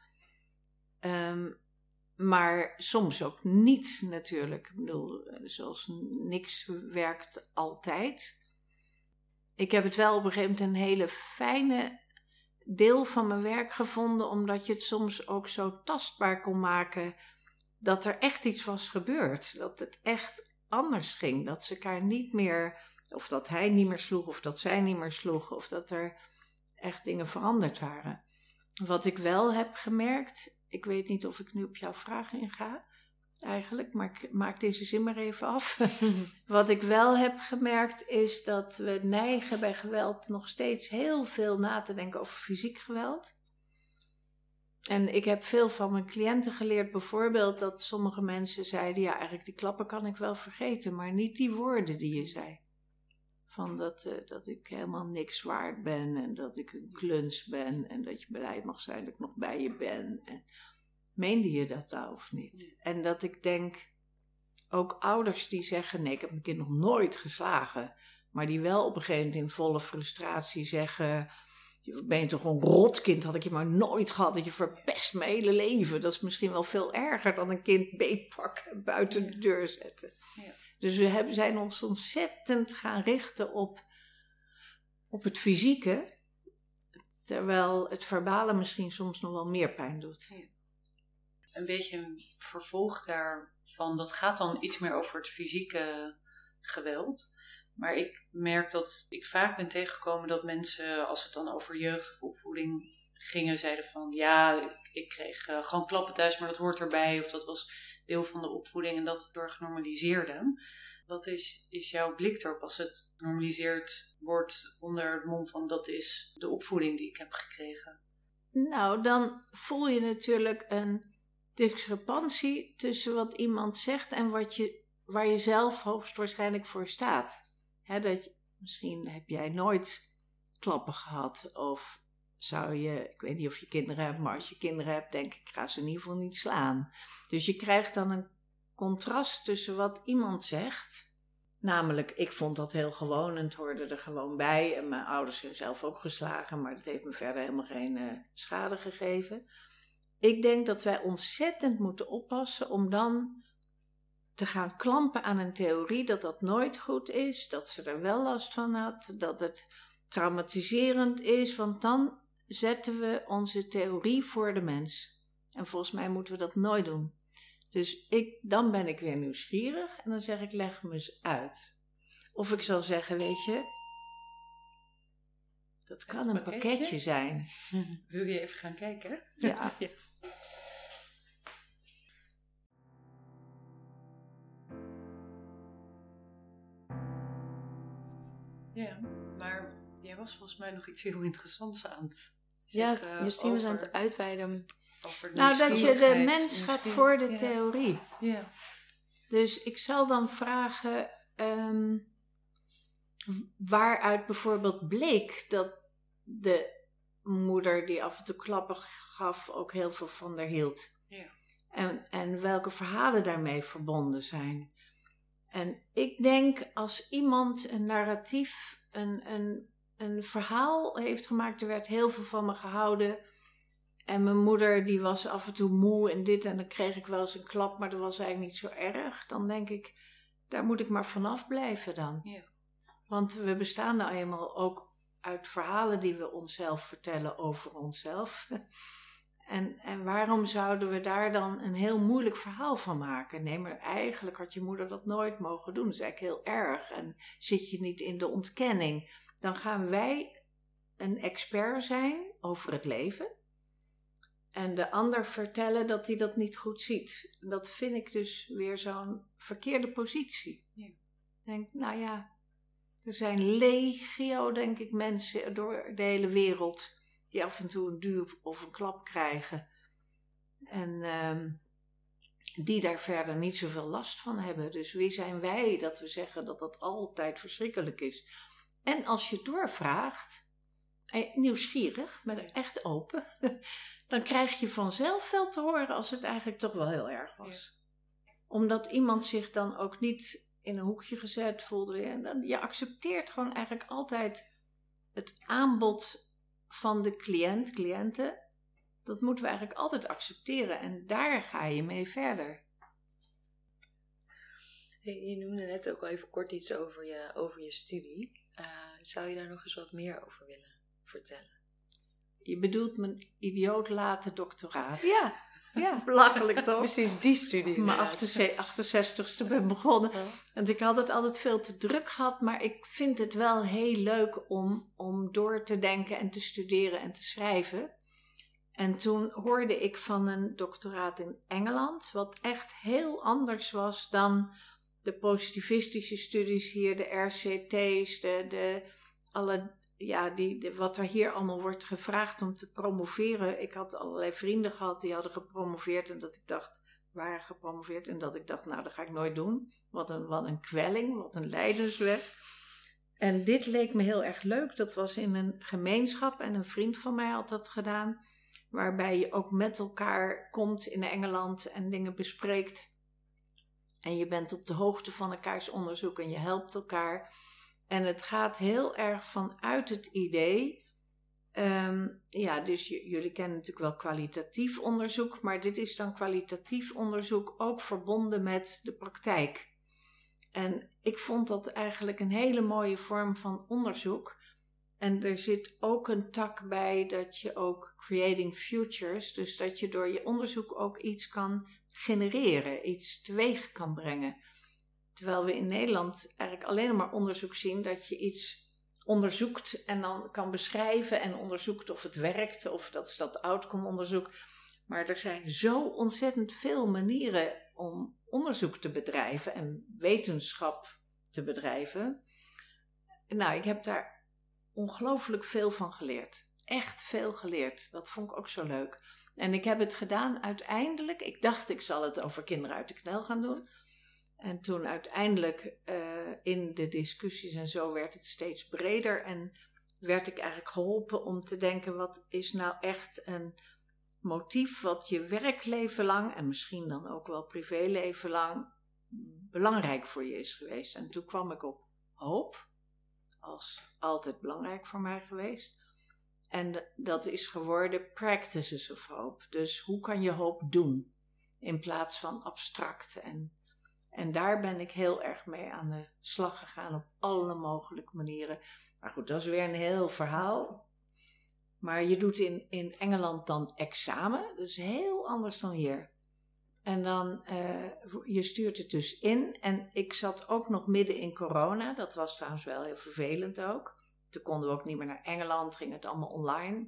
Um, Maar soms ook niet natuurlijk. Ik bedoel, zoals niks werkt altijd. Ik heb het wel op een gegeven moment een hele fijne deel van mijn werk gevonden, omdat je het soms ook zo tastbaar kon maken dat er echt iets was gebeurd. Dat het echt anders ging. Dat ze elkaar niet meer, of dat hij niet meer sloeg, of dat zij niet meer sloeg, of dat er echt dingen veranderd waren. Wat ik wel heb gemerkt, ik weet niet of ik nu op jouw vraag inga, eigenlijk, maar ik maak deze zin maar even af. Wat ik wel heb gemerkt is dat we neigen bij geweld nog steeds heel veel na te denken over fysiek geweld. En ik heb veel van mijn cliënten geleerd, bijvoorbeeld dat sommige mensen zeiden, ja, eigenlijk die klappen kan ik wel vergeten, maar niet die woorden die je zei. Van dat, uh, dat ik helemaal niks waard ben en dat ik een kluns ben en dat je blij mag zijn dat ik nog bij je ben. En meende je dat nou of niet? En dat ik denk, ook ouders die zeggen, nee, ik heb mijn kind nog nooit geslagen, maar die wel op een gegeven moment in volle frustratie zeggen, ben je toch een rotkind, had ik je maar nooit gehad, dat je verpest mijn hele leven. Dat is misschien wel veel erger dan een kind beetpakken en buiten de deur zetten. Ja. Dus we hebben, zijn ons ontzettend gaan richten op, op het fysieke, terwijl het verbale misschien soms nog wel meer pijn doet. Ja. Een beetje een vervolg daarvan, dat gaat dan iets meer over het fysieke geweld. Maar ik merk dat ik vaak ben tegengekomen dat mensen, als het dan over jeugd of opvoeding gingen, zeiden van ja, ik, ik kreeg uh, gewoon klappen thuis, maar dat hoort erbij. Of dat was deel van de opvoeding en dat door genormaliseerde. Wat is, is jouw blik erop als het genormaliseerd wordt onder het mom van dat is de opvoeding die ik heb gekregen? Nou, dan voel je natuurlijk een discrepantie tussen wat iemand zegt en wat je, waar je zelf hoogstwaarschijnlijk voor staat. He, dat je, misschien heb jij nooit klappen gehad of zou je, ik weet niet of je kinderen hebt, maar als je kinderen hebt, denk ik, ik ga ze in ieder geval niet slaan. Dus je krijgt dan een contrast tussen wat iemand zegt, namelijk, ik vond dat heel gewoon en het hoorde er gewoon bij en mijn ouders zijn zelf ook geslagen, maar dat heeft me verder helemaal geen uh, schade gegeven. Ik denk dat wij ontzettend moeten oppassen om dan te gaan klampen aan een theorie dat dat nooit goed is, dat ze er wel last van had, dat het traumatiserend is, want dan zetten we onze theorie voor de mens. En volgens mij moeten we dat nooit doen. Dus ik, dan ben ik weer nieuwsgierig en dan zeg ik, leg me eens uit. Of ik zal zeggen, weet je, dat kan een pakketje, pakketje zijn. Wil je even gaan kijken? Ja. Ja. Ja, maar jij was volgens mij nog iets heel interessants aan het zeggen. Ja, Justine was aan het uitweiden. Nou, dat je de mens gaat voor de ja. theorie. Ja. Dus ik zal dan vragen, um, waaruit bijvoorbeeld bleek dat de moeder die af en toe klappen gaf ook heel veel van haar hield. Ja. En, en welke verhalen daarmee verbonden zijn. En ik denk als iemand een narratief, een, een, een verhaal heeft gemaakt, er werd heel veel van me gehouden. En mijn moeder die was af en toe moe en dit en dan kreeg ik wel eens een klap, maar dat was eigenlijk niet zo erg. Dan denk ik, daar moet ik maar vanaf blijven dan. Ja. Want we bestaan nou eenmaal ook uit verhalen die we onszelf vertellen over onszelf. En, en waarom zouden we daar dan een heel moeilijk verhaal van maken? Nee, maar eigenlijk had je moeder dat nooit mogen doen. Dat is eigenlijk heel erg. En zit je niet in de ontkenning, dan gaan wij een expert zijn over het leven. En de ander vertellen dat hij dat niet goed ziet. Dat vind ik dus weer zo'n verkeerde positie. Ja. Ik denk, nou ja, er zijn legio, denk ik, mensen door de hele wereld die af en toe een duw of een klap krijgen. En um, die daar verder niet zoveel last van hebben. Dus wie zijn wij dat we zeggen dat dat altijd verschrikkelijk is? En als je doorvraagt, nieuwsgierig, maar echt open, dan krijg je vanzelf wel te horen als het eigenlijk toch wel heel erg was. Ja. Omdat iemand zich dan ook niet in een hoekje gezet voelde. En dan, je accepteert gewoon eigenlijk altijd het aanbod van de cliënt, cliënten. Dat moeten we eigenlijk altijd accepteren. En daar ga je mee verder. Hey, je noemde net ook al even kort iets over je, over je studie. Uh, zou je daar nog eens wat meer over willen vertellen? Je bedoelt mijn idioot late doctoraat. Ja, ja. Belachelijk toch? Precies die studie. Mijn achtenzestigste ben begonnen. Ja. En ik had het altijd veel te druk gehad. Maar ik vind het wel heel leuk om, om door te denken en te studeren en te schrijven. En toen hoorde ik van een doctoraat in Engeland. Wat echt heel anders was dan de positivistische studies hier. De R C T's, de, de, alle... Ja, die, de, wat er hier allemaal wordt gevraagd om te promoveren. Ik had allerlei vrienden gehad die hadden gepromoveerd. En dat ik dacht, waren gepromoveerd. En dat ik dacht, nou dat ga ik nooit doen. Wat een, wat een kwelling, wat een lijdensweg. En dit leek me heel erg leuk. Dat was in een gemeenschap. En een vriend van mij had dat gedaan. Waarbij je ook met elkaar komt in Engeland en dingen bespreekt. En je bent op de hoogte van elkaars onderzoek en je helpt elkaar. En het gaat heel erg vanuit het idee, um, ja, dus j- jullie kennen natuurlijk wel kwalitatief onderzoek, maar dit is dan kwalitatief onderzoek ook verbonden met de praktijk. En ik vond dat eigenlijk een hele mooie vorm van onderzoek. En er zit ook een tak bij dat je ook creating futures, dus dat je door je onderzoek ook iets kan genereren, iets teweeg kan brengen. Terwijl we in Nederland eigenlijk alleen maar onderzoek zien dat je iets onderzoekt en dan kan beschrijven en onderzoekt of het werkt, of dat is dat outcome onderzoek. Maar er zijn zo ontzettend veel manieren om onderzoek te bedrijven en wetenschap te bedrijven. Nou, ik heb daar ongelooflijk veel van geleerd. Echt veel geleerd. Dat vond ik ook zo leuk. En ik heb het gedaan uiteindelijk. Ik dacht ik zal het over kinderen uit de knel gaan doen. En toen uiteindelijk uh, in de discussies en zo werd het steeds breder. En werd ik eigenlijk geholpen om te denken, wat is nou echt een motief wat je werkleven lang en misschien dan ook wel privéleven lang belangrijk voor je is geweest. En toen kwam ik op hoop, als altijd belangrijk voor mij geweest. En dat is geworden practices of hope. Dus hoe kan je hoop doen in plaats van abstract. En, en daar ben ik heel erg mee aan de slag gegaan op alle mogelijke manieren. Maar goed, dat is weer een heel verhaal. Maar je doet in, in Engeland dan examen. Dat is heel anders dan hier. En dan, uh, je stuurt het dus in. En ik zat ook nog midden in corona. Dat was trouwens wel heel vervelend ook. Toen konden we ook niet meer naar Engeland. Ging het allemaal online.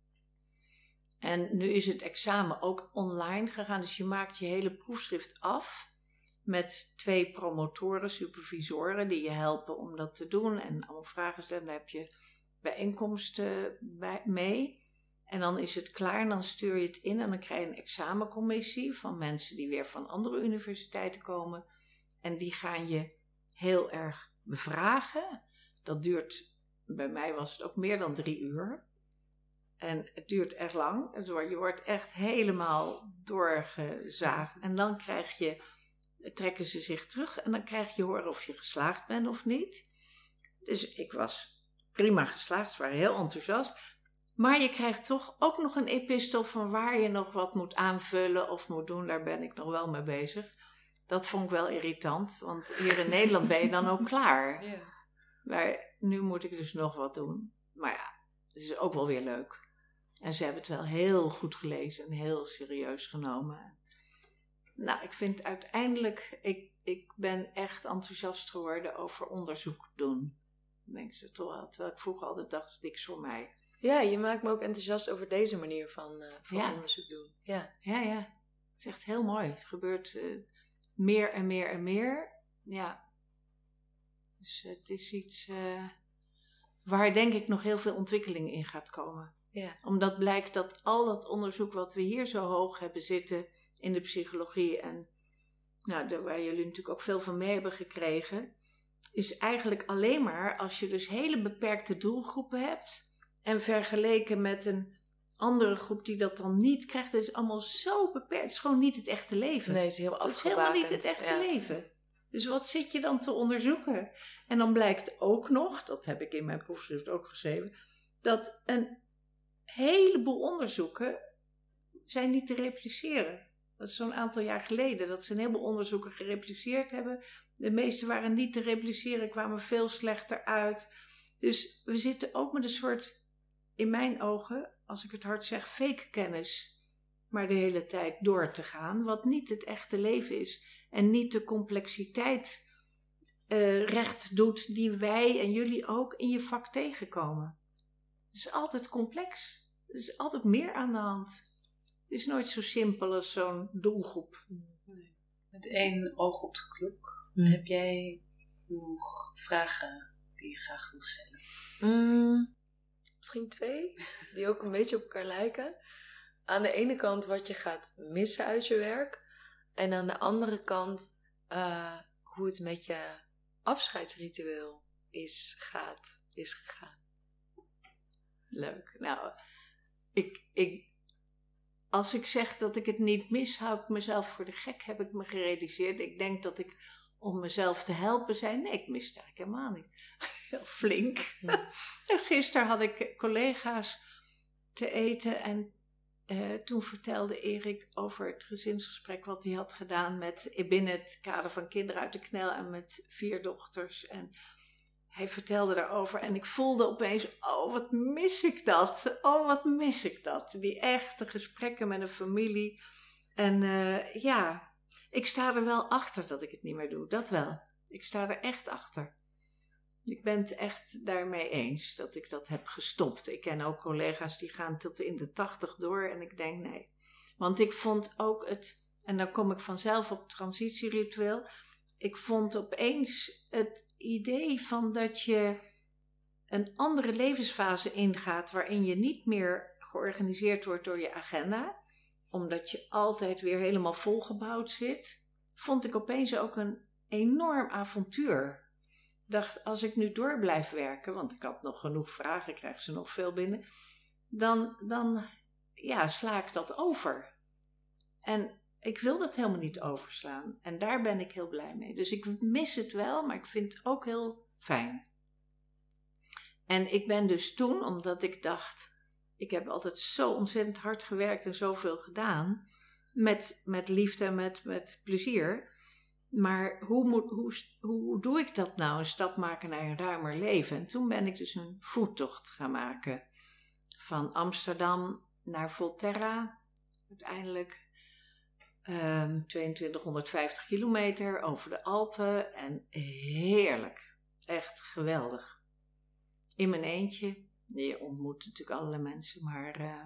En nu is het examen ook online gegaan. Dus je maakt je hele proefschrift af. Met twee promotoren, supervisoren. Die je helpen om dat te doen. En allemaal vragen stellen. Daar heb je bijeenkomsten bij, mee. En dan is het klaar en dan stuur je het in en dan krijg je een examencommissie van mensen die weer van andere universiteiten komen. En die gaan je heel erg bevragen. Dat duurt, bij mij was het ook meer dan drie uur. En het duurt echt lang. Het wordt, je wordt echt helemaal doorgezaagd. En dan krijg je, trekken ze zich terug en dan krijg je horen of je geslaagd bent of niet. Dus ik was prima geslaagd, ze waren heel enthousiast. Maar je krijgt toch ook nog een epistel van waar je nog wat moet aanvullen of moet doen. Daar ben ik nog wel mee bezig. Dat vond ik wel irritant, want hier in Nederland ben je dan ook klaar. Ja. Maar nu moet ik dus nog wat doen. Maar ja, het is ook wel weer leuk. En ze hebben het wel heel goed gelezen en heel serieus genomen. Nou, ik vind uiteindelijk, ik, ik ben echt enthousiast geworden over onderzoek doen. Denk ze toch wel, terwijl ik vroeger altijd dacht, het is niks voor mij. Ja, je maakt me ook enthousiast over deze manier van, uh, van Ja. onderzoek doen. Ja. Ja, ja. Het is echt heel mooi. Het gebeurt uh, meer en meer en meer. Ja. Dus uh, het is iets uh, waar denk ik nog heel veel ontwikkeling in gaat komen. Ja. Omdat blijkt dat al dat onderzoek wat we hier zo hoog hebben zitten in de psychologie en nou, daar waar jullie natuurlijk ook veel van mee hebben gekregen, is eigenlijk alleen maar als je dus hele beperkte doelgroepen hebt en vergeleken met een andere groep die dat dan niet krijgt, dat is allemaal zo beperkt. Het is gewoon niet het echte leven. Nee, het is heel Dat is afgebakend. helemaal niet het echte Ja. leven. Dus wat zit je dan te onderzoeken? En dan blijkt ook nog, dat heb ik in mijn proefschrift ook geschreven, dat een heleboel onderzoeken zijn niet te repliceren. Dat is zo'n aantal jaar geleden dat ze een heleboel onderzoeken gerepliceerd hebben. De meeste waren niet te repliceren, kwamen veel slechter uit. Dus we zitten ook met een soort, in mijn ogen, als ik het hard zeg, fake kennis, maar de hele tijd door te gaan, wat niet het echte leven is en niet de complexiteit uh, recht doet die wij en jullie ook in je vak tegenkomen. Het is altijd complex. Er is altijd meer aan de hand. Het is nooit zo simpel als zo'n doelgroep. Nee. Met één oog op de klok, Mm. heb jij nog vragen die je graag wil stellen? Mm, misschien twee, die ook een beetje op elkaar lijken. Aan de ene kant wat je gaat missen uit je werk. En aan de andere kant uh, hoe het met je afscheidsritueel is, gaat, is gegaan. Leuk. Nou, ik, ik, als ik zeg dat ik het niet mis, hou ik mezelf voor de gek, heb ik me gerealiseerd. Ik denk dat ik om mezelf te helpen zei, nee, ik mis het eigenlijk helemaal niet. Heel flink. Ja. En gisteren had ik collega's te eten en uh, toen vertelde Erik over het gezinsgesprek wat hij had gedaan met, binnen het kader van Kinderen uit de Knel en met vier dochters. En hij vertelde daarover en ik voelde opeens, oh wat mis ik dat. Oh wat mis ik dat. Die echte gesprekken met een familie. En uh, ja, ik sta er wel achter dat ik het niet meer doe. Dat wel. Ik sta er echt achter. Ik ben het echt daarmee eens dat ik dat heb gestopt. Ik ken ook collega's die gaan tot in de tachtig door en ik denk nee. Want ik vond ook het, en dan kom ik vanzelf op transitieritueel. Ik vond opeens het idee van dat je een andere levensfase ingaat waarin je niet meer georganiseerd wordt door je agenda, omdat je altijd weer helemaal volgebouwd zit, vond ik opeens ook een enorm avontuur. Ik dacht, als ik nu door blijf werken, want ik had nog genoeg vragen, krijg ze nog veel binnen, dan, dan ja, sla ik dat over. En ik wil dat helemaal niet overslaan. En daar ben ik heel blij mee. Dus ik mis het wel, maar ik vind het ook heel fijn. En ik ben dus toen, omdat ik dacht, ik heb altijd zo ontzettend hard gewerkt en zoveel gedaan, met, met liefde en met, met plezier. Maar hoe, moet, hoe, hoe doe ik dat nou, een stap maken naar een ruimer leven? En toen ben ik dus een voettocht gaan maken. Van Amsterdam naar Volterra, uiteindelijk um, tweeëntwintighonderdvijftig kilometer over de Alpen. En heerlijk, echt geweldig. In mijn eentje, je ontmoet natuurlijk allerlei mensen, maar uh,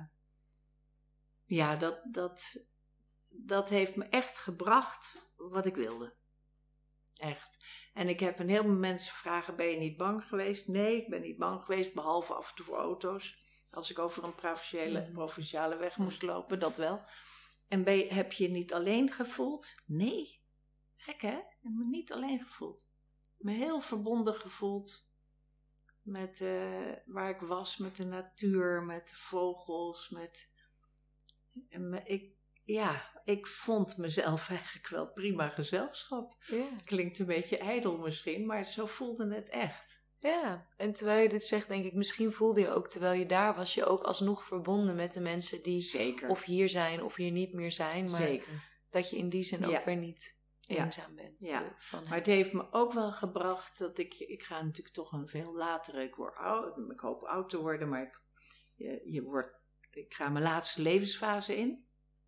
ja, dat, dat, dat heeft me echt gebracht wat ik wilde. Echt. En ik heb een heleboel mensen vragen, ben je niet bang geweest? Nee, ik ben niet bang geweest, behalve af en toe voor auto's. Als ik over een provinciale, mm. provinciale weg moest lopen, dat wel. En ben je, heb je je niet alleen gevoeld? Nee. Gek hè? Ik heb me niet alleen gevoeld. Ik heb me heel verbonden gevoeld met uh, waar ik was, met de natuur, met de vogels, met, met ik, ja, ik vond mezelf eigenlijk wel prima gezelschap. Ja. Klinkt een beetje ijdel misschien, maar zo voelde het echt. Ja, en terwijl je dit zegt, denk ik, misschien voelde je ook, terwijl je daar was, je ook alsnog verbonden met de mensen die Zeker. of hier zijn of hier niet meer zijn. Maar Zeker. dat je in die zin ook Ja. weer niet eenzaam ja. bent. Ja, van maar het heeft me ook wel gebracht dat ik, ik ga natuurlijk toch een veel latere, ik word oud, ik hoop oud te worden, maar ik, je, je wordt, ik ga mijn laatste levensfase in.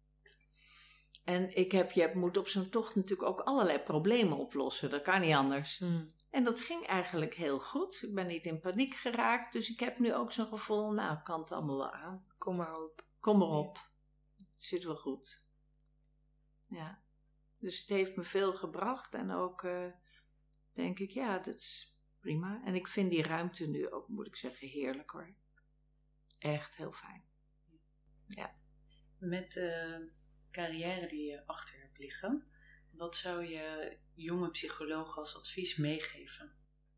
En ik heb, je moet op zo'n tocht natuurlijk ook allerlei problemen oplossen. Dat kan niet anders. Hmm. En dat ging eigenlijk heel goed. Ik ben niet in paniek geraakt. Dus ik heb nu ook zo'n gevoel, nou, ik kan het allemaal wel aan. Kom maar op. Kom maar op. Het zit wel goed. Ja. Dus het heeft me veel gebracht. En ook uh, denk ik, ja, dat is prima. En ik vind die ruimte nu ook, moet ik zeggen, heerlijk hoor. Echt heel fijn. Ja. Met de carrière die je achter hebt liggen, wat zou je jonge psycholoog als advies meegeven?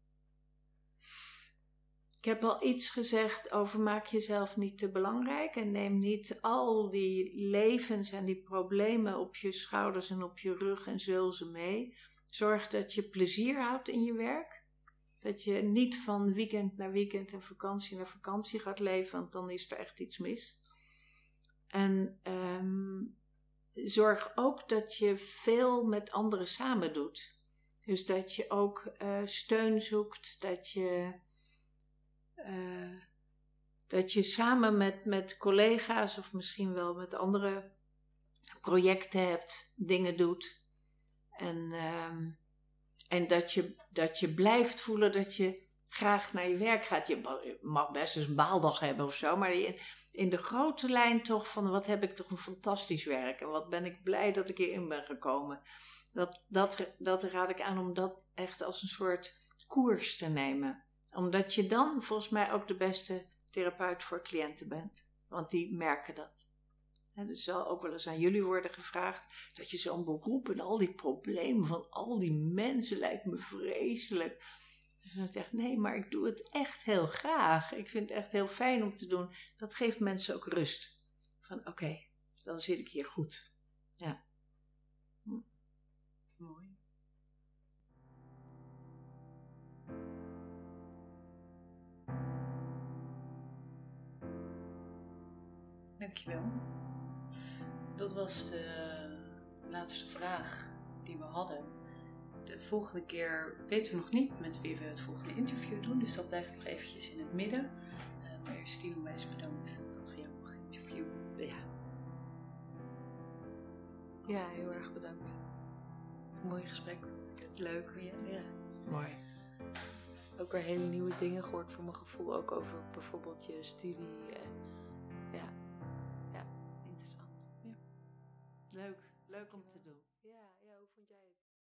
Ik heb al iets gezegd over maak jezelf niet te belangrijk en neem niet al die levens en die problemen op je schouders en op je rug en zul ze mee. Zorg dat je plezier houdt in je werk. Dat je niet van weekend naar weekend en vakantie naar vakantie gaat leven, want dan is er echt iets mis. En um, zorg ook dat je veel met anderen samen doet. Dus dat je ook uh, steun zoekt, dat je, uh, dat je samen met, met collega's of misschien wel met andere projecten hebt, dingen doet. En, um, en dat, je, dat je blijft voelen dat je graag naar je werk gaat. Je mag best eens een baaldag hebben of zo, maar je, in de grote lijn toch van wat heb ik toch een fantastisch werk en wat ben ik blij dat ik hierin ben gekomen. Dat, dat, dat raad ik aan om dat echt als een soort koers te nemen. Omdat je dan volgens mij ook de beste therapeut voor cliënten bent. Want die merken dat. En er zal ook wel eens aan jullie worden gevraagd dat je zo'n beroep en al die problemen van al die mensen lijkt me vreselijk. Dus dan zeg ik, nee, maar ik doe het echt heel graag. Ik vind het echt heel fijn om te doen. Dat geeft mensen ook rust. Van oké, okay, dan zit ik hier goed. Ja. Hm. Mooi. Dankjewel. Dat was de laatste vraag die we hadden. De volgende keer weten we nog niet met wie we het volgende interview doen, dus dat blijft nog eventjes in het midden. Uh, maar eerst Stine, onwijs bedankt dat we jou mogen interviewen. Ja. Ja, heel erg bedankt. Mooi gesprek. Leuk. Ja, ja. Mooi. Ook weer hele nieuwe dingen gehoord voor mijn gevoel, ook over bijvoorbeeld je studie en ja, ja, interessant. Ja. Leuk, leuk om te doen. Ja, ja, hoe vond jij het?